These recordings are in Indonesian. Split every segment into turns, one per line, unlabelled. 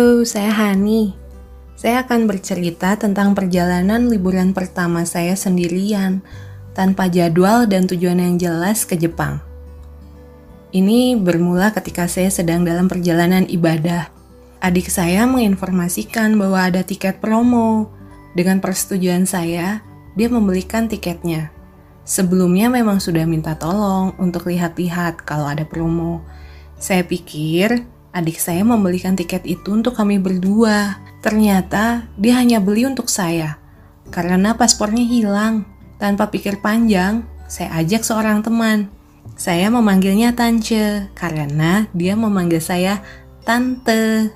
Halo, saya Hani. Saya akan bercerita tentang perjalanan liburan pertama saya sendirian, tanpa jadwal dan tujuan yang jelas ke Jepang. Ini bermula ketika saya sedang dalam perjalanan ibadah. Adik saya menginformasikan bahwa ada tiket promo. Dengan persetujuan saya, dia membelikan tiketnya. Sebelumnya memang sudah minta tolong untuk lihat-lihat kalau ada promo. Saya pikir adik saya membelikan tiket itu untuk kami berdua. Ternyata dia hanya beli untuk saya. Karena paspornya hilang. Tanpa pikir panjang, saya ajak seorang teman. Saya memanggilnya Tance karena dia memanggil saya Tante.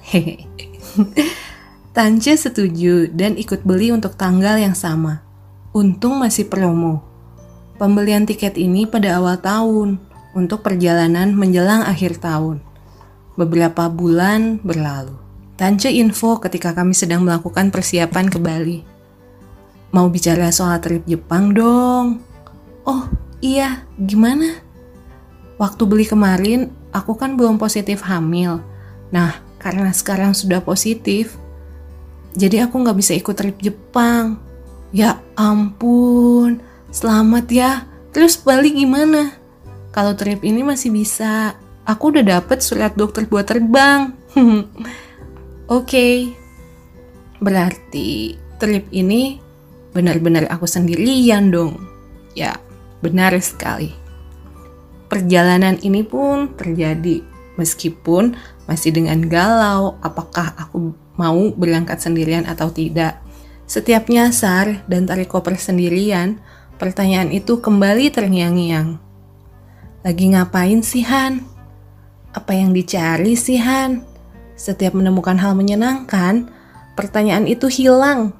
Tance setuju dan ikut beli untuk tanggal yang sama. Untung masih promo. Pembelian tiket ini pada awal tahun untuk perjalanan menjelang akhir tahun. Beberapa bulan berlalu. Tance info ketika kami sedang melakukan persiapan ke Bali. Mau bicara soal trip Jepang dong. Oh iya, gimana? Waktu beli kemarin, aku kan belum positif hamil. Nah, karena sekarang sudah positif, jadi aku gak bisa ikut trip Jepang. Ya ampun, selamat ya. Terus Bali gimana? Kalau trip ini masih bisa. Aku udah dapet surat dokter buat terbang. Oke. Berarti trip ini benar-benar aku sendirian dong. Ya, benar sekali. Perjalanan ini pun terjadi meskipun masih dengan galau apakah aku mau berangkat sendirian atau tidak. Setiap nyasar dan tarik koper sendirian, pertanyaan itu kembali terngiang-ngiang. Lagi ngapain sih Han? Apa yang dicari sih Han? Setiap menemukan hal menyenangkan, pertanyaan itu hilang.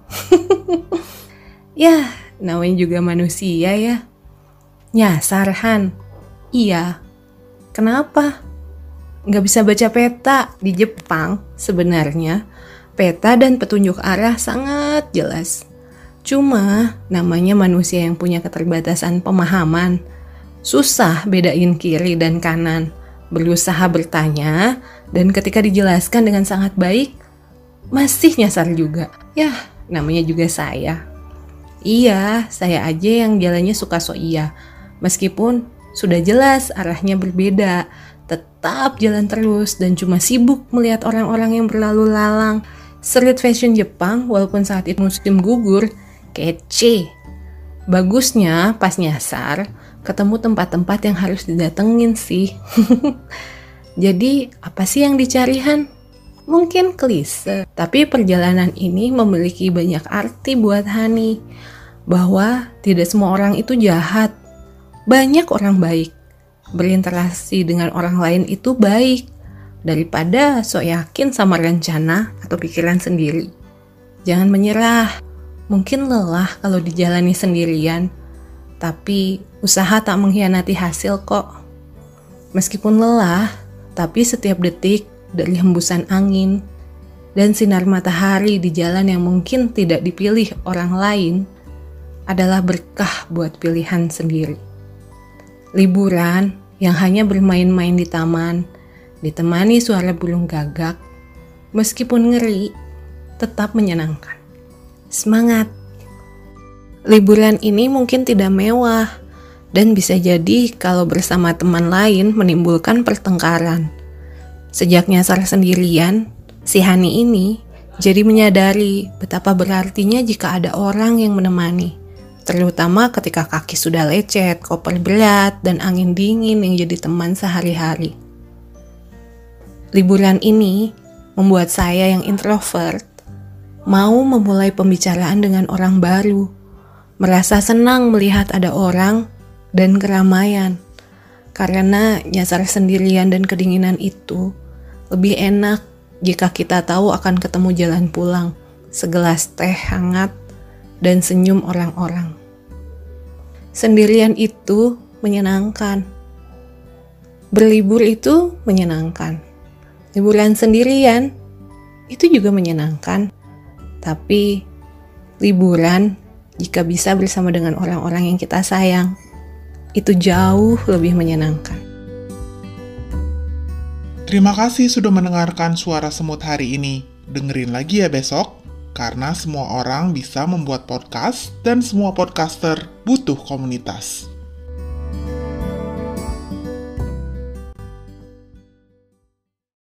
Ya, namanya juga manusia ya. Nyasar Han? Iya. Kenapa? Nggak bisa baca peta. Di Jepang sebenarnya peta dan petunjuk arah sangat jelas. Cuma namanya manusia yang punya keterbatasan pemahaman. Susah bedain kiri dan kanan. Berusaha bertanya, dan ketika dijelaskan dengan sangat baik, masih nyasar juga. Yah, namanya juga saya. Iya, saya aja yang jalannya suka so iya. Meskipun sudah jelas arahnya berbeda, tetap jalan terus dan cuma sibuk melihat orang-orang yang berlalu lalang. Street fashion Jepang, walaupun saat itu musim gugur, kece. Bagusnya pas nyasar, ketemu tempat-tempat yang harus didatengin sih. Jadi apa sih yang dicari Han? Mungkin klise, tapi perjalanan ini memiliki banyak arti buat Hani. Bahwa tidak semua orang itu jahat. Banyak orang baik. Berinteraksi dengan orang lain itu baik. Daripada sok yakin sama rencana atau pikiran sendiri. Jangan menyerah. Mungkin lelah kalau dijalani sendirian. Tapi usaha tak mengkhianati hasil kok. Meskipun lelah, tapi setiap detik dari hembusan angin dan sinar matahari di jalan yang mungkin tidak dipilih orang lain adalah berkah buat pilihan sendiri. Liburan yang hanya bermain-main di taman, ditemani suara burung gagak, meskipun ngeri, tetap menyenangkan. Semangat! Liburan ini mungkin tidak mewah dan bisa jadi kalau bersama teman lain menimbulkan pertengkaran. Sejak nyasar sendirian, si Hani ini jadi menyadari betapa berartinya jika ada orang yang menemani. Terutama ketika kaki sudah lecet, koper berat, dan angin dingin yang jadi teman sehari-hari. Liburan ini membuat saya yang introvert mau memulai pembicaraan dengan orang baru. Merasa senang melihat ada orang dan keramaian. Karena nyasar sendirian dan kedinginan itu lebih enak jika kita tahu akan ketemu jalan pulang, segelas teh hangat, dan senyum orang-orang. Sendirian itu menyenangkan. Berlibur itu menyenangkan. Liburan sendirian itu juga menyenangkan. Tapi liburan jika bisa bersama dengan orang-orang yang kita sayang, itu jauh lebih menyenangkan.
Terima kasih sudah mendengarkan Suara Semut hari ini. Dengerin lagi ya besok, karena semua orang bisa membuat podcast dan semua podcaster butuh komunitas.